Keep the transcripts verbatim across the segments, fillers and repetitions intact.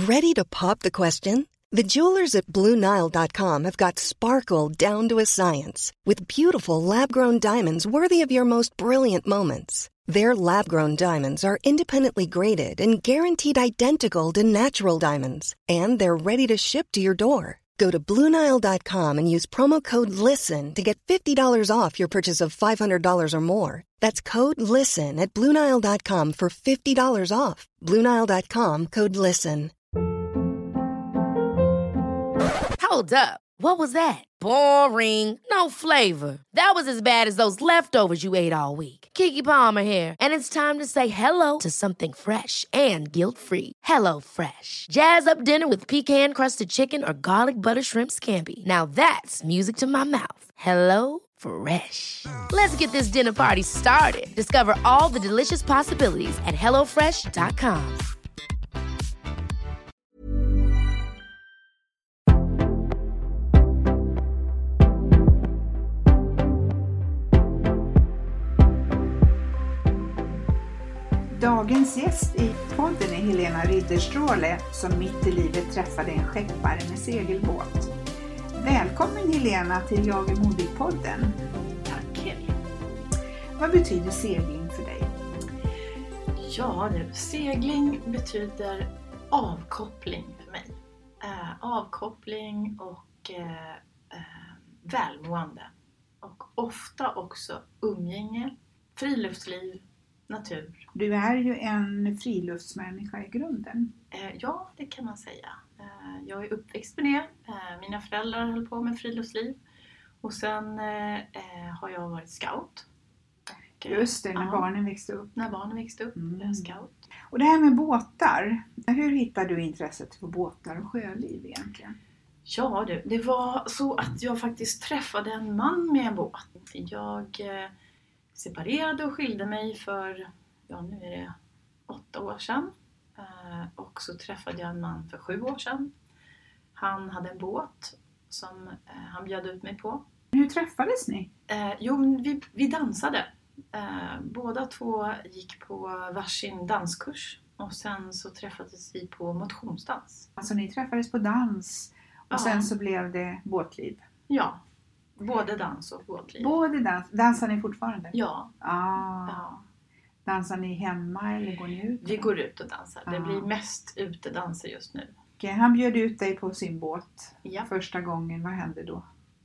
Ready to pop the question? The jewelers at Blue Nile dot com have got sparkle down to a science with beautiful lab-grown diamonds worthy of your most brilliant moments. Their lab-grown diamonds are independently graded and guaranteed identical to natural diamonds, and they're ready to ship to your door. Go to Blue Nile dot com and use promo code LISTEN to get fifty dollars off your purchase of five hundred dollars or more. That's code LISTEN at Blue Nile dot com for fifty dollars off. Blue Nile dot com, code LISTEN. Hold up. What was that? Boring. No flavor. That was as bad as those leftovers you ate all week. Keke Palmer here, and it's time to say hello to something fresh and guilt-free. Hello Fresh. Jazz up dinner with pecan-crusted chicken or garlic butter shrimp scampi. Now that's music to my mouth. Hello Fresh. Let's get this dinner party started. Discover all the delicious possibilities at hello fresh dot com. Dagens gäst i podden är Helena Ridderstråle som mitt i livet träffade en skeppare med segelbåt. Välkommen Helena till Jag är modig-podden. Tack Helena. Vad betyder segling för dig? Ja, nu, segling betyder avkoppling för mig. Äh, avkoppling och äh, äh, välmående. Och ofta också umgänge, friluftsliv, natur. Du är ju en friluftsmänniska i grunden. Eh, ja, det kan man säga. Eh, jag är uppväxt med det. Eh, mina föräldrar höll på med friluftsliv. Och sen eh, har jag varit scout. Och, Just det, när ja, barnen växte upp. När barnen växte upp, mm. blev jag scout. Och det här med båtar. Hur hittade du intresset för båtar och sjöliv egentligen? Ja du, det var så att jag faktiskt träffade en man med en båt. Jag eh, separerade och skilde mig för, ja nu är det åtta år sedan. Eh, och så träffade jag en man för sju år sedan. Han hade en båt som eh, han bjöd ut mig på. Hur träffades ni? Eh, jo, vi, vi dansade. Eh, båda två gick på varsin danskurs. Och sen så träffades vi på motionsdans. Alltså ni träffades på dans och ja. Sen så blev det båtliv? Ja, både dans och båtliv. Både dans. Dansar ni fortfarande? Ja. Ah. ja. Dansar ni hemma eller går ni ut? Vi går ut och dansar. Ah. Det blir mest utedanser just nu. Okay, han bjöd ut dig på sin båt ja. första gången. Vad hände då?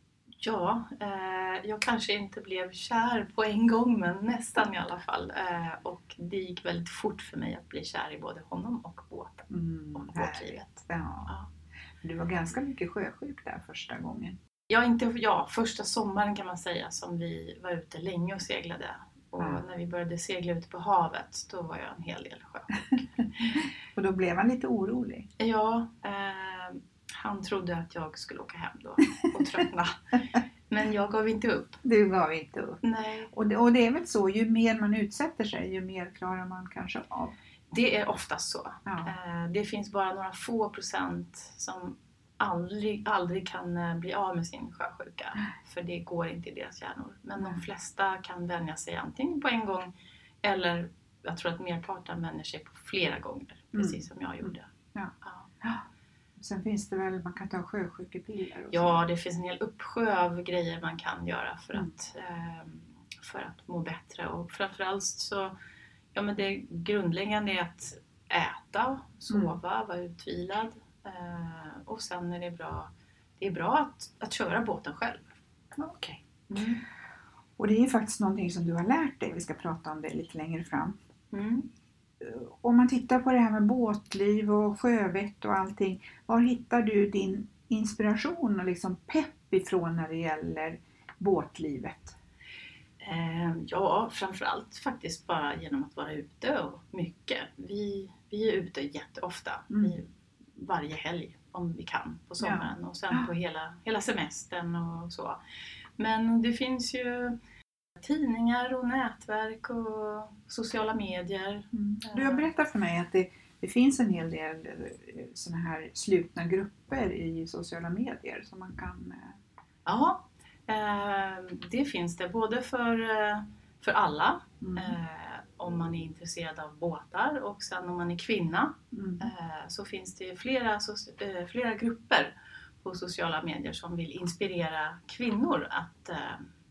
Ja, eh, jag kanske inte blev kär på en gång, men nästan i alla fall. Eh, och det gick väldigt fort för mig att bli kär i både honom och båten mm, och båtlivet. Ja. Ja. Du var ganska mycket sjösjuk där första gången. Ja, inte, ja, första sommaren kan man säga som vi var ute länge och seglade. Och ja. När vi började segla ute på havet, då var jag en hel del sjösjuk. Och då blev han lite orolig? Ja, eh, han trodde att jag skulle åka hem då och tröttna. Men jag gav inte upp. Du gav inte upp. Nej. Och det, och det är väl så, ju mer man utsätter sig, ju mer klarar man kanske av. Det är oftast så. Ja. Eh, det finns bara några få procent som aldrig, aldrig kan bli av med sin sjösjuka. För det går inte i deras hjärnor. Men de flesta kan vänja sig antingen på en gång. Eller jag tror att merparten vänjer sig på flera gånger. Precis mm. som jag gjorde. Ja. Ja. Sen finns det väl, man kan ta sjösjukepiller. Och ja, så. det finns en hel uppsjö av grejer man kan göra för, mm. att, eh, för att må bättre. Och framförallt så, ja men det grundläggande är att äta, sova, mm. vara utvilad. Uh, och sen är det bra, det är bra att, att köra båten själv. Okej. Okay. Mm. Och det är ju faktiskt någonting som du har lärt dig. Vi ska prata om det lite längre fram. Mm. Om man tittar på det här med båtliv och sjövett och allting. Var hittar du din inspiration och liksom pepp ifrån när det gäller båtlivet? Uh, ja, framförallt faktiskt bara genom att vara ute och mycket. Vi, vi är ute jätteofta. Mm. Vi, varje helg om vi kan på sommaren ja. Och sen på hela, hela semestern och så. Men det finns ju tidningar och nätverk och sociala medier. Mm. Du har berättat för mig att det, det finns en hel del såna här slutna grupper i sociala medier som man kan... Ja, det finns det både för, för alla mm. om man är intresserad av båtar, och sen om man är kvinna Mm. eh, så finns det flera, so- eh, flera grupper på sociala medier som vill inspirera kvinnor att eh,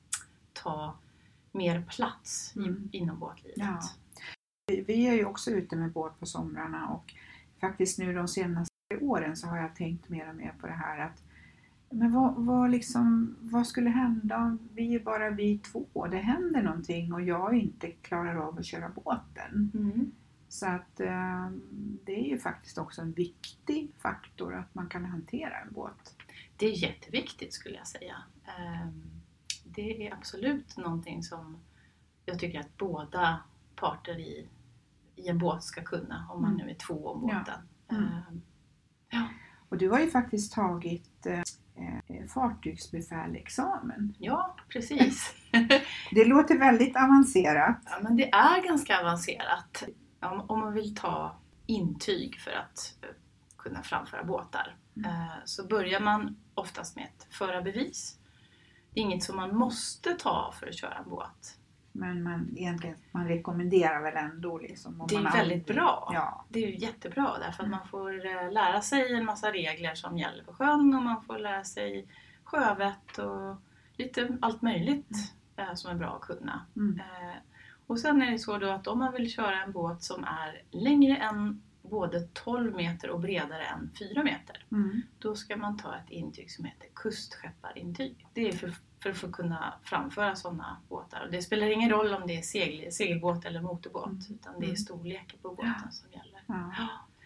ta mer plats i, Mm. inom båtlivet. Ja. Vi, vi är ju också ute med båt på somrarna, och faktiskt nu de senaste åren så har jag tänkt mer och mer på det här att men vad, vad, liksom, vad skulle hända om vi är bara vi två? Det händer någonting och jag inte klarar av att köra båten. Mm. Så att eh, det är ju faktiskt också en viktig faktor att man kan hantera en båt. Det är jätteviktigt skulle jag säga. Ehm, Det är absolut någonting som jag tycker att båda parter i, i en båt ska kunna, om man Mm. nu är två om båten. Ja. Mm. Ehm, Ja, Och du har ju faktiskt tagit eh, eh, fartygsbefälexamen. ja precis. Det låter väldigt avancerat. Ja, men det är ganska avancerat. Om, om man vill ta intyg för att eh, kunna framföra båtar Mm. eh, så börjar man oftast med ett förarbevis. Det är inget som man måste ta för att köra en båt. Men man, egentligen, man rekommenderar väl ändå liksom. Om Det är man väldigt aldrig- bra. Ja. Det är ju jättebra därför att Mm. man får eh, lära sig en massa regler som gäller på sjön, och man får lära sig sjövett och lite allt möjligt eh, som är bra att kunna. Mm. Eh, och sen är det så då att om man vill köra en båt som är längre än både tolv meter och bredare än fyra meter, Mm. då ska man ta ett intyg som heter kustskepparintyg. Det är för, för att få kunna framföra sådana båtar. Och det spelar ingen roll om det är segel, segelbåt eller motorbåt, Mm. utan det är Mm. storleken på båten som gäller. Ja.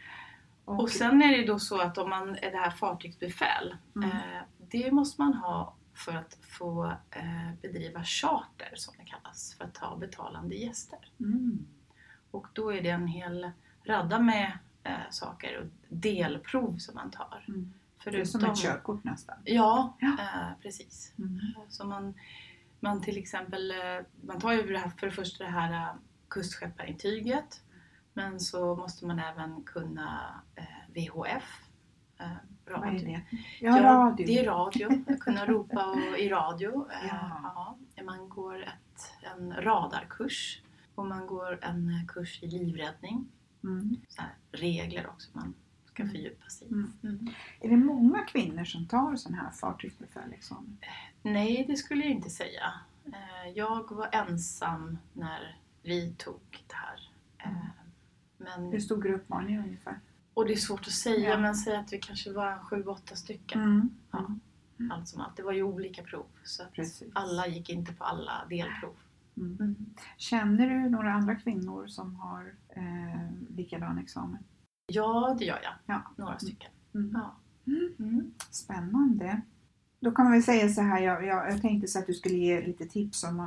Och, Och, sen är det då så att om man är det här fartygsbefäl, Mm. eh, det måste man ha för att få eh, bedriva charter som det kallas, för att ta betalande gäster. mm. Och då är det en hel radda med eh, saker och delprov som man tar. Mm. Det är Förutom, som ett körkort nästan. Ja, Ja. Eh, precis. Mm. Så man, man till exempel, eh, man tar ju det här, för det första det här eh, kustskepparintyget, men så måste man även kunna eh, V H F. Eh, Vad är radio. det? Ja, radio. Det är radio. Att kunna ropa och, i radio. Eh, Ja. ja. Man går ett, en radarkurs. Och man går en kurs i livräddning. Mm. Så här, regler också man ska Mm. fördjupa sig i. Mm. Mm. Är det många kvinnor som tar sån här fartygsbefälexamen? Nej, det skulle jag inte säga. Eh, Jag var ensam när vi tog det här. Eh, Men, Hur stor grupp var ni ungefär? och det är svårt att säga, Ja. men säg att vi kanske var sju, åtta stycken. Mm. Ja. Allt som allt. Det var ju olika prov. Så att Precis. alla gick inte på alla delprov. Mm. Mm. Känner du några andra kvinnor som har eh, likadan examen? Ja, det gör jag. Ja. Några stycken. Mm. Ja. Mm. Mm. Spännande. Då kan man väl säga så här, jag, jag, jag tänkte så att du skulle ge lite tips om,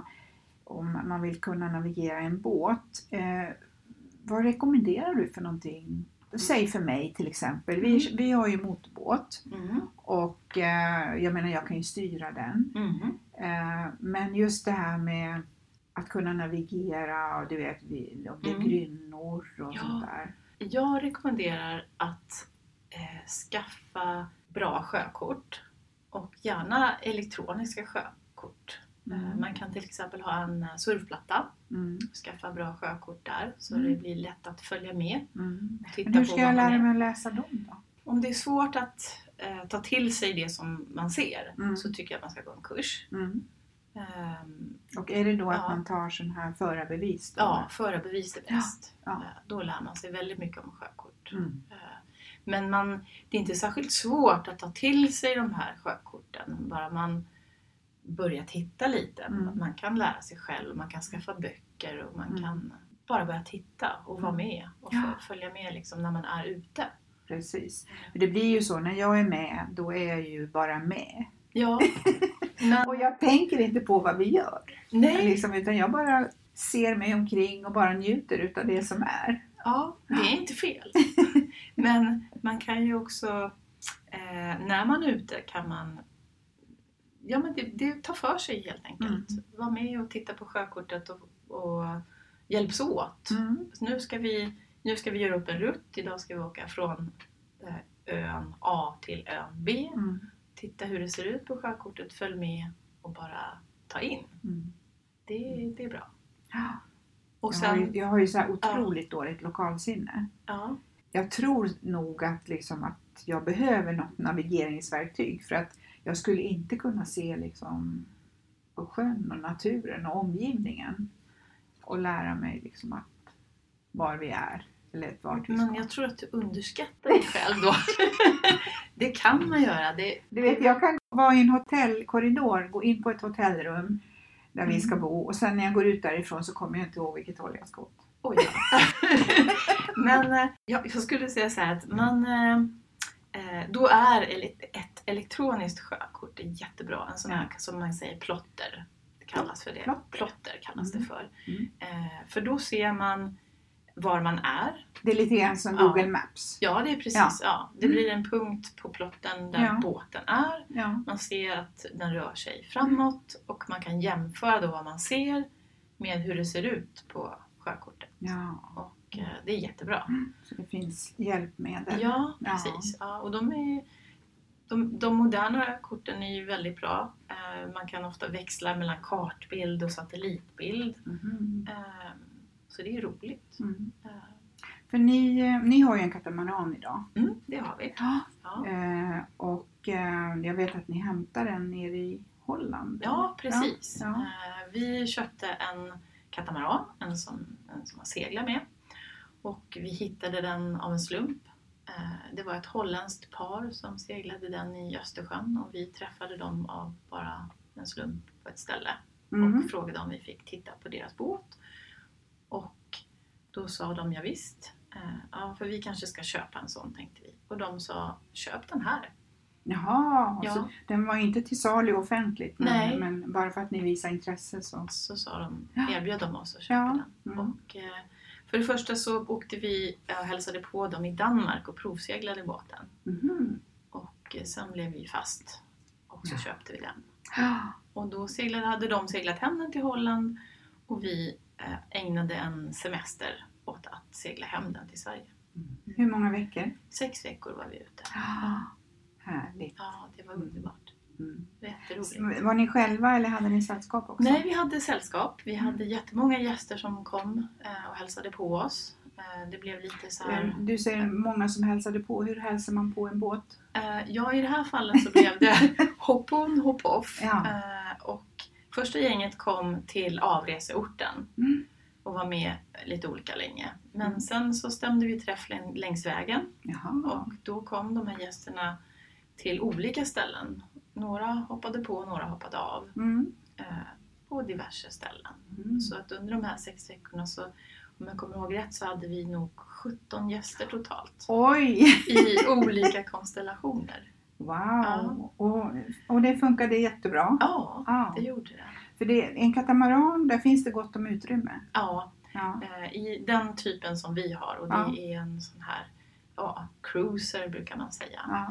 om man vill kunna navigera en båt. Eh, vad rekommenderar du för någonting? Säg för mig till exempel, vi, vi har ju motorbåt Mm. och eh, jag menar jag kan ju styra den. Mm. Eh, men just det här med att kunna navigera och du vet, vi- om det är Mm. grynnor och Ja. sånt där. Jag rekommenderar att eh, skaffa bra sjökort. Och gärna elektroniska sjökort. Mm. Eh, man kan till exempel ha en eh, surfplatta. Mm. Skaffa bra sjökort där. Så Mm. det blir lätt att följa med. Mm. Och titta Men hur på ska vad jag man lära är. mig att läsa dem då? Om det är svårt att eh, ta till sig det som man ser, Mm. så tycker jag att man ska gå en kurs. Mm. Ehm, Och är det då att Ja. man tar sån här förarbevis då? ja, förarbevis är bäst. Ja. Eh, då lär man sig väldigt mycket om sjökort. Mm. Eh, men man, det är inte särskilt svårt att ta till sig de här sjökorten. Bara man börjar titta lite. Mm. Man kan lära sig själv, man kan skaffa böcker och man Mm. kan bara börja titta och vara Mm. med. Och Ja. få- följa med liksom när man är ute. Precis. För det blir ju så, när jag är med, då är jag ju bara med. Ja, men, Och jag tänker inte på vad vi gör. nej. Liksom, utan jag bara ser mig omkring och bara njuter utav det som är. Ja, det är inte fel. Men man kan ju också, eh, när man är ute kan man, ja men det, det tar för sig helt enkelt. Mm. Vara med och titta på sjökortet och, och hjälps åt. Mm. Nu ska vi, nu ska vi göra upp en rutt. Idag ska vi åka från eh, ön A till ön B. Mm. Titta hur det ser ut på sjökortet, följ med och bara ta in. Mm. Det, det är bra. Ja. Och jag, sen, har ju, jag har ju så här otroligt ja. dåligt lokalsinne. Ja. Jag tror nog att, liksom, att jag behöver något navigeringsverktyg. För att jag skulle inte kunna se liksom, på sjön och naturen och omgivningen. Och lära mig liksom, att var vi är. Eller vart vi ska. Men jag tror att du underskattar dig själv då. Det kan man göra. Det... Du vet, jag kan vara i en hotellkorridor, gå in på ett hotellrum där mm. vi ska bo. Och sen när jag går ut därifrån så kommer jag inte ihåg vilket håll jag ska åt. Oj, ja. Men ja, jag skulle säga så här att man, eh, då är ett elektroniskt sjökort jättebra. En sån här, ja. som man säger, plotter. Det kallas för det. Plotter, plotter kallas mm. det för. Mm. Eh, för då ser man var man är. Det är lite grann som Google ja. Maps. Ja, det är precis. Ja. Ja. Det blir en punkt på plotten där ja. båten är. Ja. Man ser att den rör sig framåt och man kan jämföra då vad man ser med hur det ser ut på sjökortet. Ja. Och eh, det är jättebra. Mm. Så det finns hjälpmedel. Ja, precis. Ja. Ja, och de, är, de, de moderna korten är ju väldigt bra. Eh, man kan ofta växla mellan kartbild och satellitbild. Mm. Eh, så det är roligt. Mm. Eh. För ni, ni har ju en katamaran idag. Mm, det har vi. Ja. Ja. Eh, och eh, jag vet att ni hämtar den nere i Holland. Ja, precis. Ja. Ja. Eh, vi köpte en katamaran, en som, en som man seglar med. Och vi hittade den av en slump. Eh, det var ett holländskt par som seglade den i Östersjön. Och vi träffade dem av bara en slump på ett ställe. Mm. Och frågade om vi fick titta på deras båt. Och då sa de, ja visst. Eh, ja, för vi kanske ska köpa en sån, tänkte vi. Och de sa, köp den här. Jaha, Ja. Så den var inte till salu offentligt. Men, Nej. men bara för att ni visar intresse så. Så sa de, Ja. erbjöd de oss att köpa Ja. den. Mm. Och, eh, för det första så åkte vi och hälsade på dem i Danmark och provseglade båten. Mhm. Och eh, sen blev vi fast. Och så Ja. köpte vi den. Ja. Och då seglade, hade de seglat hem den till Holland. Och vi eh, ägnade en semester åt att segla hem den till Sverige. Hur många veckor? Sex veckor var vi ute. Ja. Härligt. Ja, det var underbart. Mm. Jätteroligt. Var ni själva eller hade ni sällskap också? Nej, vi hade sällskap. Vi hade jättemånga gäster som kom eh, och hälsade på oss. Eh, det blev lite så här... Du säger många som hälsade på. Hur hälsar man på en båt? Eh, ja, i det här fallet så blev det hopp on, hopp off. Ja. Eh, och första gänget kom till avreseorten Mm. och var med lite olika länge. Men Mm. sen så stämde vi träff längs vägen. Jaha. Och då kom de här gästerna till olika ställen. Några hoppade på, några hoppade av. Mm. Eh, på diverse ställen. Mm. Så att under de här sex veckorna så, om jag kommer ihåg rätt, så hade vi nog sjutton gäster totalt. Oj! I olika konstellationer. Wow! Ja. Och, och det funkade jättebra? Ja, Ja. det gjorde det. För det, en katamaran, där finns det gott om utrymme. Ja, Ja. eh, i den typen som vi har. Och det Ja. är en sån här, ja, cruiser brukar man säga. Ja.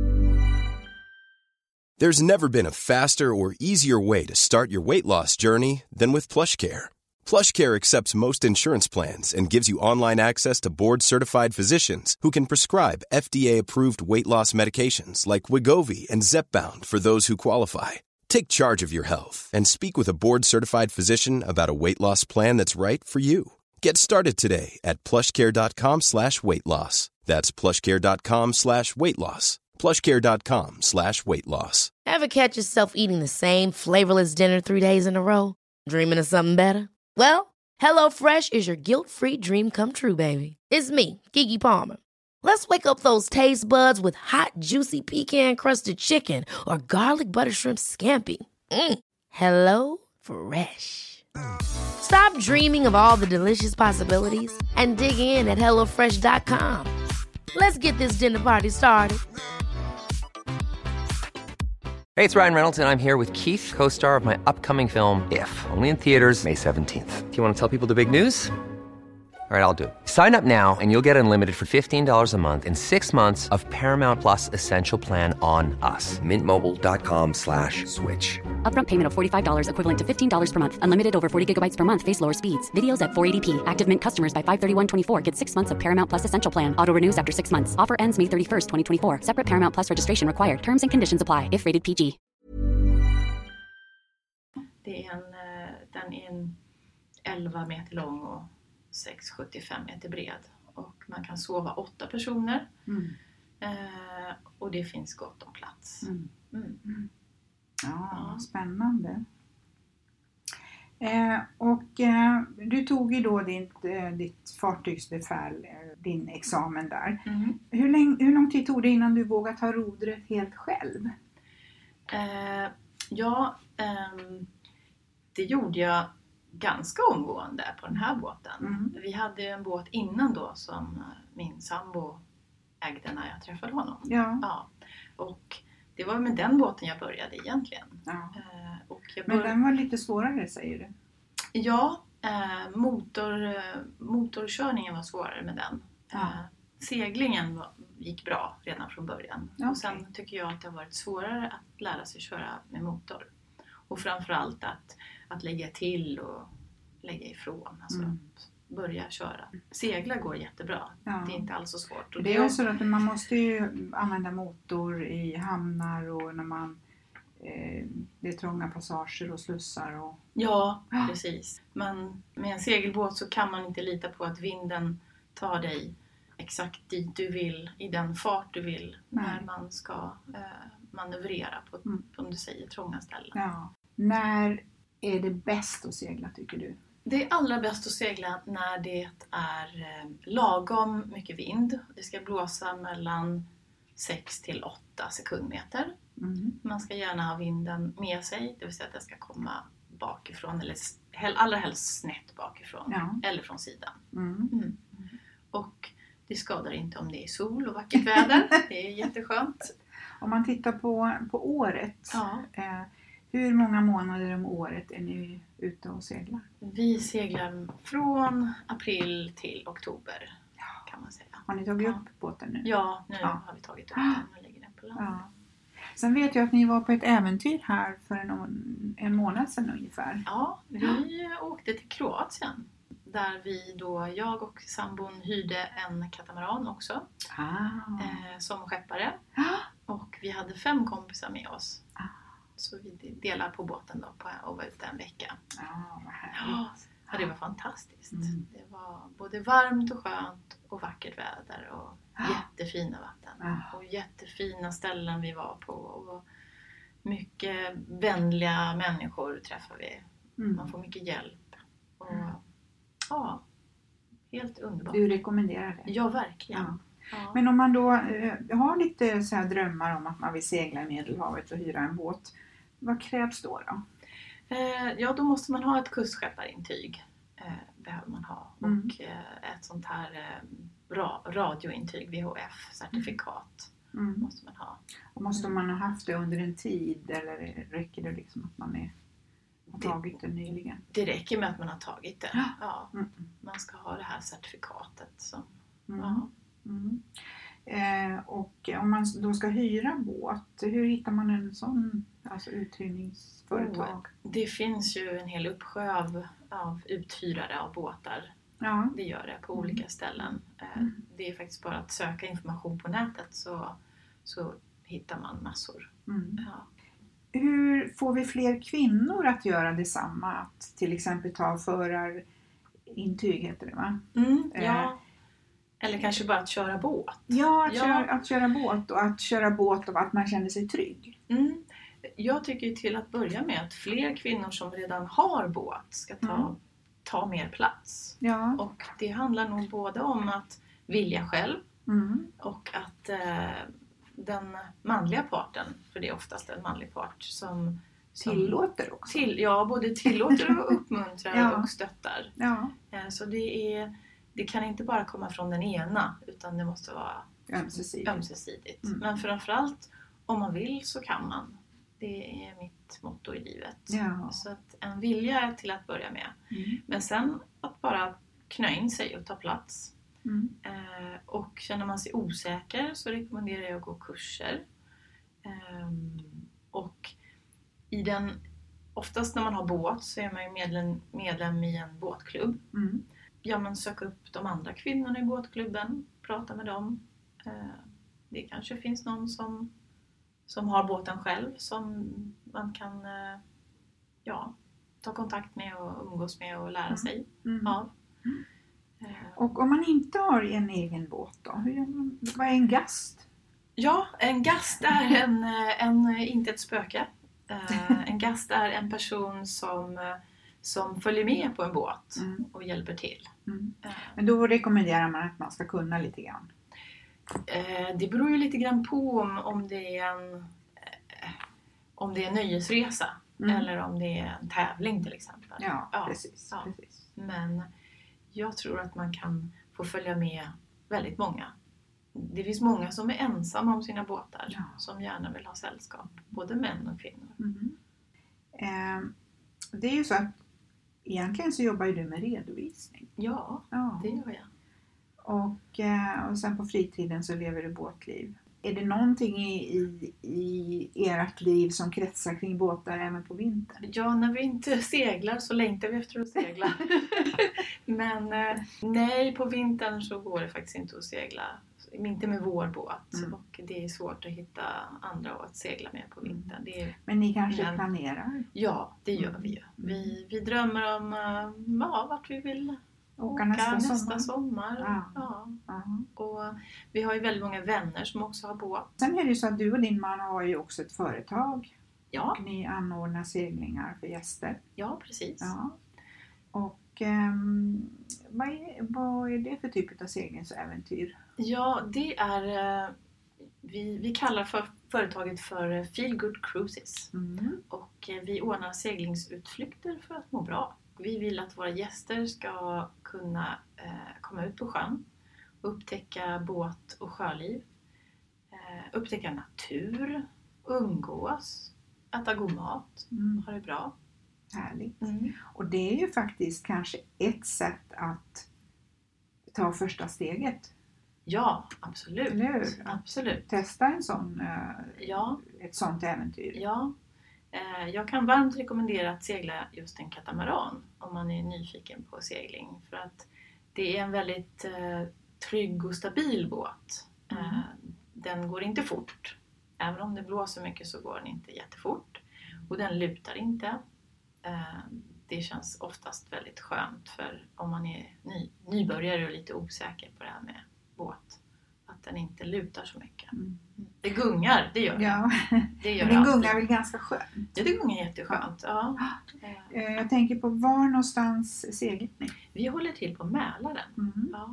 There's never been a faster or easier way to start your weight loss journey than with PlushCare. PlushCare accepts most insurance plans and gives you online access to board-certified physicians who can prescribe F D A-approved weight loss medications like Wegovy and Zepbound for those who qualify. Take charge of your health and speak with a board-certified physician about a weight loss plan that's right for you. Get started today at plushcare.com slash weight loss. That's plushcare.com slash weight loss. plushcare.com slash weight loss. Ever catch yourself eating the same flavorless dinner three days in a row? Dreaming of something better? Well, HelloFresh is your guilt-free dream come true, baby. It's me, Keke Palmer. Let's wake up those taste buds with hot, juicy pecan-crusted chicken or garlic butter shrimp scampi. Mm. Hello Fresh. Stop dreaming of all the delicious possibilities and dig in at hello fresh dot com. Let's get this dinner party started. Hey, it's Ryan Reynolds, and I'm here with Keith, co-star of my upcoming film, If, only in theaters May seventeenth. Do you want to tell people the big news? All right, I'll do it. Sign up now and you'll get unlimited for fifteen dollars a month and six months of Paramount Plus Essential Plan on us. Mint Mobile dot com slash switch. Upfront payment of forty-five dollars equivalent to fifteen dollars per month. Unlimited over forty gigabytes per month. Face lower speeds. Videos at four eighty p. Active Mint customers by five thirty-one twenty-four get six months of Paramount Plus Essential Plan. Auto renews after six months. Offer ends May thirty-first, twenty twenty-four. Separate Paramount Plus registration required. Terms and conditions apply if rated P G. Det är en, den är en, elva meter lång och sex komma sjuttiofem meter bred. Och man kan sova åtta personer. Mm. Eh, och det finns gott om plats. Mm. Mm. Mm. Ja, Ja. spännande. Eh, och eh, du tog ju då ditt, eh, ditt fartygsbefäl, eh, din examen där. Mm. Hur, lång, hur lång tid tog det innan du vågade ta rodret helt själv? Eh, ja, ehm, det gjorde jag ganska omgående på den här båten. Mm. Vi hade en båt innan då som min sambo ägde när jag träffade honom. Ja. Ja. Och det var med den båten jag började egentligen. Ja. Eh, och jag Men bör... den var lite svårare, säger du? Ja, eh, motor, eh, motorkörningen var svårare med den. Ja. Eh, seglingen var, gick bra redan från början. Okay. Och sen tycker jag att det har varit svårare att lära sig köra med motor. Och framförallt att, att lägga till och lägga ifrån. Alltså Mm. börja köra. Segla går jättebra. Ja. Det är inte alls så svårt. Och Det är väl så att man måste ju använda motor i hamnar och när man eh, det är trånga passager och slussar. Och... Ja, precis. Men med en segelbåt så kan man inte lita på att vinden tar dig exakt dit du vill, i den fart du vill, Nej. när man ska eh, manövrera på, Mm. som du säger, trånga ställen. Ja. När är det bäst att segla, tycker du? Det är allra bäst att segla när det är eh, lagom mycket vind. Det ska blåsa mellan sex till åtta sekundmeter. Mm. Man ska gärna ha vinden med sig, det vill säga att det ska komma bakifrån, eller allra helst snett bakifrån, Ja. eller från sidan. Mm. Mm. Och det skadar inte om det är sol och vackert väder, det är jätteskönt. Om man tittar på, på året, Ja. eh, hur många månader om året är ni ute och seglar? Vi seglar från april till oktober, kan man säga. Har ni tagit Ja. upp båten nu? Ja, nu Ja. har vi tagit upp den och lägger den på land. Ja. Sen vet jag att ni var på ett äventyr här för en, en månad sedan ungefär. Ja, vi åkte till Kroatien. Där vi då, jag och sambon hyrde en katamaran också. Ah. Eh, som skeppare. Ah. Och vi hade fem kompisar med oss. Ah. Så vi delade på båten då på, och var ute en vecka. Ja, vad Ja, härligt. ja, det var fantastiskt. Mm. Det var både varmt och skönt och vackert väder och Ah. jättefina vatten. Ah. Och jättefina ställen vi var på. Och mycket vänliga människor träffar vi. Mm. Man får mycket hjälp. Och ja, helt underbart. Du rekommenderar det? Ja, verkligen. Ja. Ja. Men om man då eh, har lite så här drömmar om att man vill segla i Medelhavet och hyra en båt, vad krävs då då? Eh, ja, då måste man ha ett kustskepparintyg. Eh, behöver man ha. Mm. Och eh, ett sånt här eh, ra- radiointyg, V H F-certifikat Mm. måste man ha. Och måste man ha haft det under en tid eller räcker det liksom att man är, har Det- tagit det nyligen? Det räcker med att man har tagit det. Ja. Ja, Mm. man ska ha det här certifikatet. Som, Mm. ja. Mm. Eh, och om man då ska hyra båt, hur hittar man en sån, alltså uthyrningsföretag? Det finns ju en hel uppsjö av, av uthyrare av båtar. Ja. Det gör det på olika ställen. Eh, Mm. Det är faktiskt bara att söka information på nätet så, så hittar man massor. Mm. Ja. Hur får vi fler kvinnor att göra detsamma? Att till exempel ta förarintyg, heter det va? Mm, Eh. ja. Eller kanske bara att köra båt. Ja, att, Ja. Köra, att köra båt och att köra båt och att man känner sig trygg. Mm. Jag tycker till att börja med att fler kvinnor som redan har båt ska ta, Mm. ta mer plats. Ja. Och det handlar nog både om att vilja själv Mm. och att eh, den manliga parten, för det är oftast en manlig part som, som Tillåter också. till, ja, både tillåter och uppmuntrar Ja. och stöttar. Ja, Eh, så det, är, det kan inte bara komma från den ena utan det måste vara ömsesidigt. ömsesidigt. Mm. Men framförallt om man vill så kan man. Det är mitt motto i livet. Ja. Så att en vilja till att börja med. Mm. Men sen att bara knö in sig och ta plats. Mm. Eh, och känner man sig osäker så rekommenderar jag att gå kurser. Ehm, och i den, oftast när man har båt så är man ju medlem, medlem i en båtklubb. Mm. Ja, men sök upp de andra kvinnorna i båtklubben, prata med dem. Eh, det kanske finns någon som, som har båten själv som man kan eh, ja, ta kontakt med och umgås med och lära Mm. sig Mm. av. Mm. Eh, Och om man inte har en egen båt då? Hur gör man? Vad är en gast? Ja, en gast är en, en, inte ett spöke. Eh, en gast är en person som, som följer med på en båt Mm. och hjälper till. Mm. Eh, Men då rekommenderar man att man ska kunna lite grann. eh, det beror ju lite grann på om, om det är en eh, om det är en nöjesresa Mm. eller om det är en tävling till exempel. Ja, Ja, precis. ja. precis. Men jag tror att man kan få följa med väldigt många. Det finns många som är ensamma om sina båtar. Ja. Som gärna vill ha sällskap. Både män och kvinnor. Mm. Eh, det är ju så att egentligen så jobbar ju du med redovisning. Ja, Ja. det gör jag. Och, eh, och sen på fritiden så lever du båtliv. Är det någonting i, i, i ert liv som kretsar kring båtar även på vintern? Ja, när vi inte seglar så längtar vi efter att segla. Men eh, nej, på vintern så går det faktiskt inte att segla. Inte med vår båt. Mm. Och det är svårt att hitta andra att segla med på vintern. Det är, Men ni kanske Men- planerar? ja, det gör Mm. vi ju. Vi, vi drömmer om uh, ja, vart vi vill Åka nästa nästa sommar? sommar. Ja. Ja. Ja. Och vi har ju väldigt många vänner som också har båt. Sen är det ju så att du och din man har ju också ett företag. Ja, Och ni anordnar seglingar för gäster. ja precis. Ja. Och ehm, vad, är, vad är det för typ av seglingsäventyr? Ja, det är... eh, Vi, vi kallar för företaget för Feel Good Cruises. Mm. Och eh, vi ordnar seglingsutflykter för att må bra. Vi vill att våra gäster ska kunna eh, komma ut på sjön och upptäcka båt- och sjöliv. Eh, upptäcka natur, umgås, äta god mat, Mm. ha det bra. Härligt. Mm. Och det är ju faktiskt kanske ett sätt att ta första steget. Ja, absolut. Eller hur? Absolut. Testa en sån, eh, Ja, ett sånt äventyr. ja. Eh, jag kan varmt rekommendera att segla just en katamaran om man är nyfiken på segling. För att det är en väldigt eh, trygg och stabil båt. Mm. Eh, den går inte fort. Även om det blåser mycket så går den inte jättefort. Och den lutar inte. Eh, det känns oftast väldigt skönt för om man är ny, nybörjare och lite osäker på det här med båt. Att den inte lutar så mycket. Mm. Det gungar, det gör det. Ja, det gör men den det alltid. gungar väl ganska skönt. Ja, det gungar jätteskönt. Ja. Eh, Eh, Jag tänker på var någonstans seglar ni? Vi håller till på Mälaren. Mm. Ja.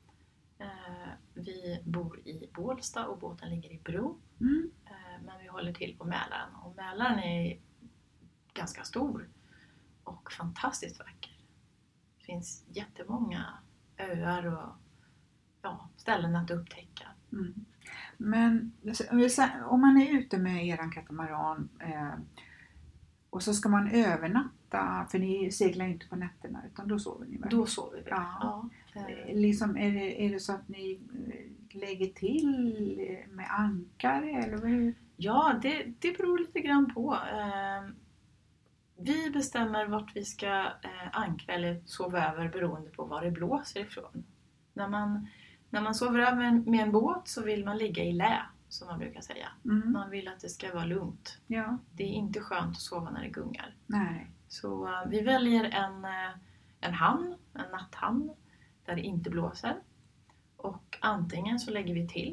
Eh, Vi bor i Bålsta och båten ligger i Bro. Mm. Eh, Men vi håller till på Mälaren. Och Mälaren är ganska stor och fantastiskt vacker. Det finns jättemånga öar och ja, ställen att upptäcka. Mm. Men om vi sä- om man är ute med eran katamaran eh, och så ska man övernatta, för ni seglar ju inte på nätterna utan då sover ni väl? Då sover vi. Ja. Ja. Eh, Eh, Liksom, är, det, är det så att ni eh, lägger till eh, med ankare eller hur? Ja, det, det beror lite grann på. Eh, Vi bestämmer vart vi ska eh, ankra eller sova över beroende på var det blåser ifrån. När man, när man sover över med en båt så vill man ligga i lä, som man brukar säga. Mm. Man vill att det ska vara lugnt. Ja, Det är inte skönt att sova när det gungar. nej. Så eh, vi väljer en, eh, en hamn, en natthamn, där det inte blåser. Och antingen så lägger vi till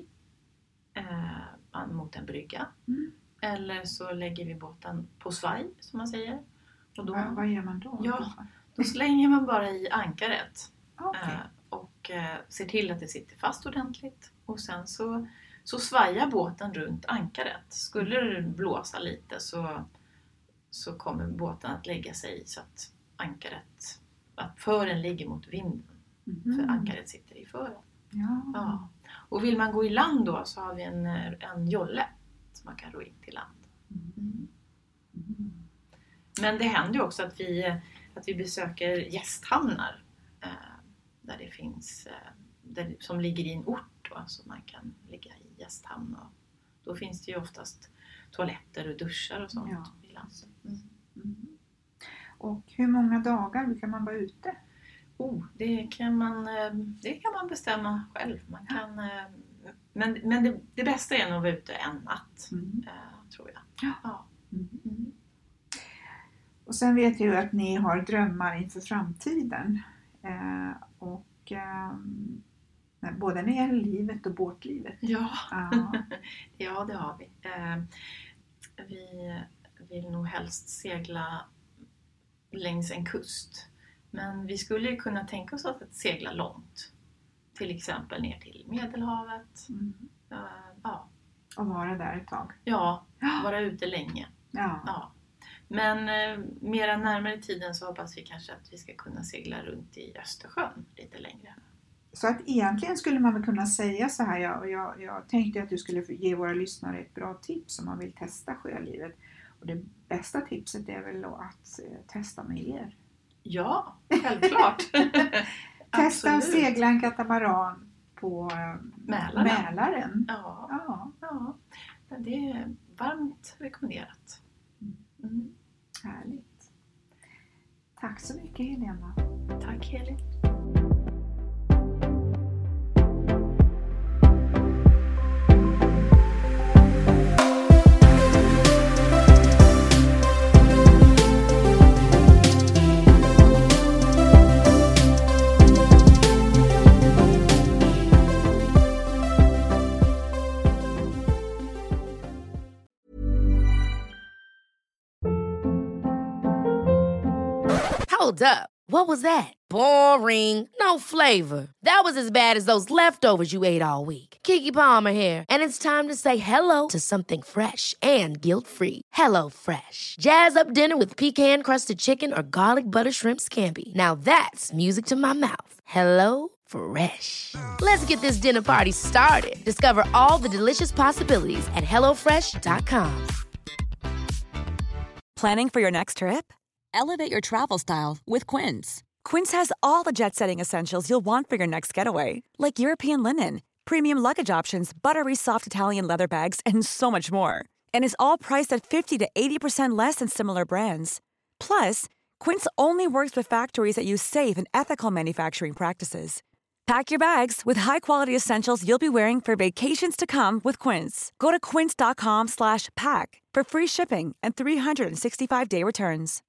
eh, mot en brygga. Mm. Eller så lägger vi båten på svaj, som man säger. Och då, Va, vad gör man då? Ja. då slänger man bara i ankaret. Okej. eh, Och eh, ser till att det sitter fast ordentligt. Och sen så, så svajar båten runt ankaret. Skulle det blåsa lite så, så kommer båten att lägga sig så att ankaret, att fören ligger mot vinden. Mhm. För ankaret sitter i fören. Ja. Ja. Och vill man gå i land då så har vi en, en jolle som man kan ro in till land. Mm. Mm. Men det händer ju också att vi, att vi besöker gästhamnar eh, där det finns, eh, där, som ligger i en ort då, så man kan ligga i gästhamn. Och då finns det ju oftast toaletter och duschar och sånt Ja. i land. Mm. Mm. Och hur många dagar brukar man vara ute? Oh, det kan man, eh, det kan man bestämma själv. Man kan, eh, men men det, det bästa är nog att vara ute en natt, Mm. eh, tror jag. Ja. Ja. Mm. Mm. Och sen vet jag ju att ni har drömmar inför framtiden. Eh, och eh, både när det gäller livet och båtlivet. Ja, Ja. ja det har vi. Eh, vi vill nog helst segla längs en kust. Men vi skulle ju kunna tänka oss att segla långt. Till exempel ner till Medelhavet. Mm. Uh, ja. Och vara där ett tag. Ja, vara ute länge. Ja. Ja. Men eh, mera närmare tiden så hoppas vi kanske att vi ska kunna segla runt i Östersjön lite längre. Så att egentligen skulle man väl kunna säga så här. Jag, jag, jag tänkte att du skulle ge våra lyssnare ett bra tips om man vill testa sjölivet. Och det bästa tipset är väl att eh, testa med er. Ja, självklart. Testa att segla en katamaran på Mälaren. Mälaren. Ja, Ja. ja, det är varmt rekommenderat. Mm. Härligt. Tack så mycket Helena. Tack Helin. Hold up. What was that? Boring. No flavor. That was as bad as those leftovers you ate all week. Keke Palmer here, and it's time to say hello to something fresh and guilt-free. Hello Fresh. Jazz up dinner with pecan-crusted chicken or garlic butter shrimp scampi. Now that's music to my mouth. Hello Fresh. Let's get this dinner party started. Discover all the delicious possibilities at hello fresh dot com. Planning for your next trip? Elevate your travel style with Quince. Quince has all the jet-setting essentials you'll want for your next getaway, like European linen, premium luggage options, buttery soft Italian leather bags, and so much more. And is all priced at fifty to eighty percent less than similar brands. Plus, Quince only works with factories that use safe and ethical manufacturing practices. Pack your bags with high-quality essentials you'll be wearing for vacations to come with Quince. Go to quince dot com slash pack for free shipping and three sixty-five day returns.